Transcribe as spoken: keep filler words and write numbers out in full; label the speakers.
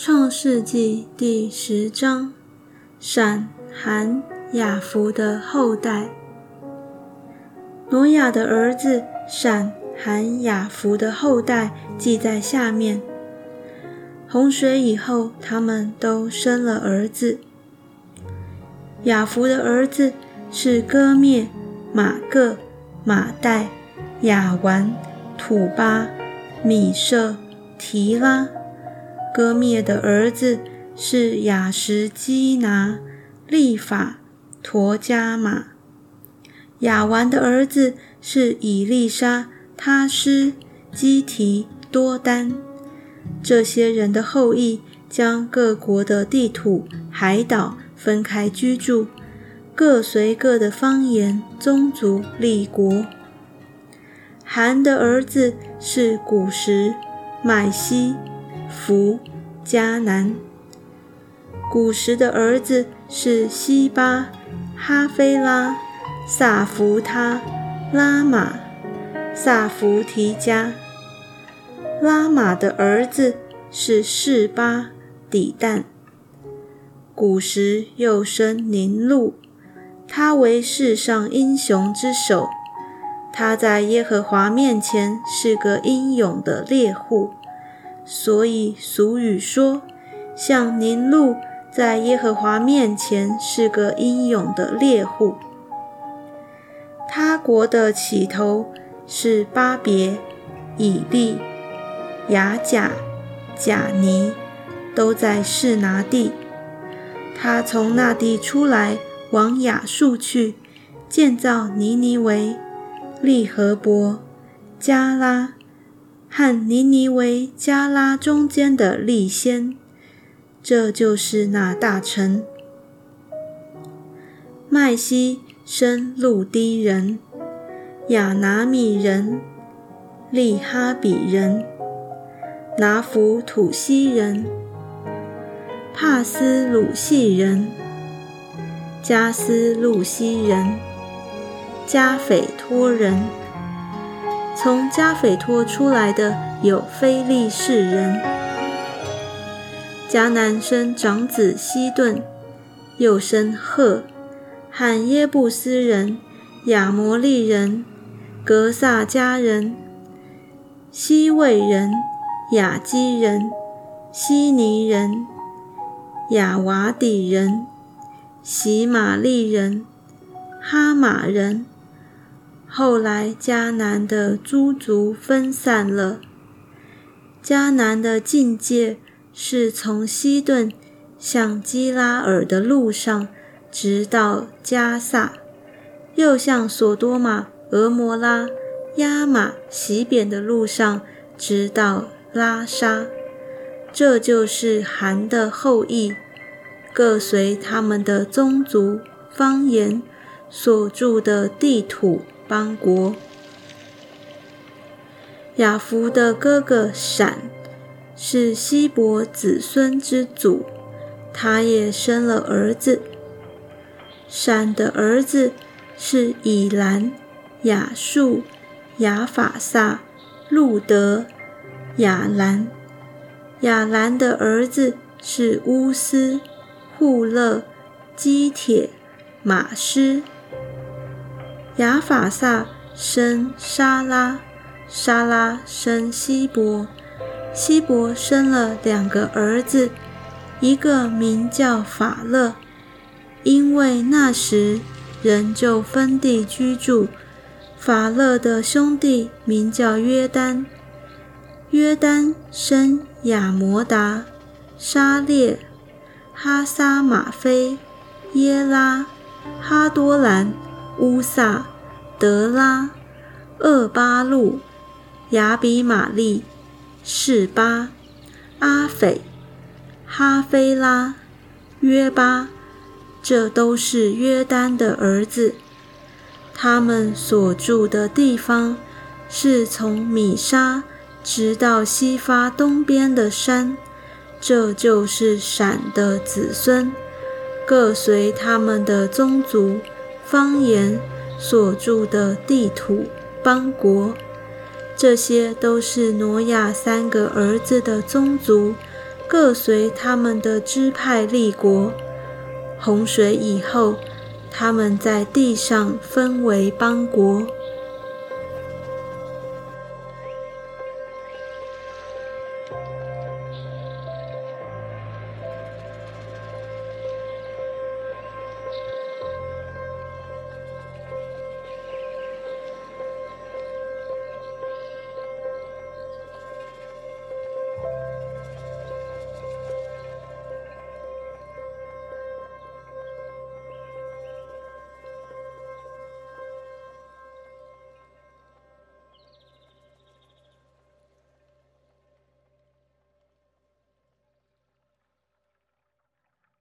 Speaker 1: 创世纪第十章，闪、含、雅弗的后代。挪亚的儿子闪、含、雅弗的后代记在下面。洪水以后，他们都生了儿子。雅弗的儿子是歌灭、马各、马代、亚完、土巴、米舍、提拉。歌灭的儿子是雅什基拿、利法、陀加马。亚完的儿子是以利沙、他施、基提、多丹。这些人的后裔将各国的地土、海岛分开居住，各随各的方言、宗族立国。含的儿子是古时、麦西、弗、迦南。古时的儿子是西巴、哈菲拉、萨弗他、拉玛、萨弗提加。拉玛的儿子是示巴、底但。古时又生宁录，他为世上英雄之首。他在耶和华面前是个英勇的猎户，所以俗语说，像宁录在耶和华面前是个英勇的猎户。他国的起头是巴别、以利、雅甲、甲尼，都在示拿地。他从那地出来，往亚述去，建造尼尼微、利和伯、迦拉，和尼尼微、迦拉中间的利先，这就是那大城。麦西生路低人、亚拿米人、利哈比人、拿弗土西人、帕斯鲁细人、加斯路西人、加斐托人。从加斐托出来的有非利士人。迦南生长子西顿，又生赫，和耶布斯人、亚摩利人、格萨迦人、西魏人、雅基人、希尼人、亚瓦底人、喜玛利人、哈马人。后来迦南的诸族分散了。迦南的境界是从西顿向基拉尔的路上，直到加萨，又向索多玛、俄摩拉、亚玛、洗扁的路上，直到拉沙。这就是含的后裔，各随他们的宗族、方言所住的地土、邦国。雅弗的哥哥闪是希伯子孙之祖，他也生了儿子。闪的儿子是以兰、亚述、亚法萨、路德、亚兰。亚兰的儿子是乌斯、户勒、基铁、马施。亚法萨生沙拉，沙拉生希伯，希伯生了两个儿子，一个名叫法勒，因为那时人就分地居住。法勒的兄弟名叫约丹，约丹生亚摩达、沙列、哈撒马菲、耶拉、哈多兰、乌萨、德拉、厄巴路、亚比玛利、示巴、阿斐、哈菲拉、约巴，这都是约丹的儿子。他们所住的地方是从米沙直到西法东边的山，这就是闪的子孙，各随他们的宗族、方言所住的地土、邦国。这些都是挪亚三个儿子的宗族， 各随他们的支派立国。洪水以后，他们在地上分为邦国。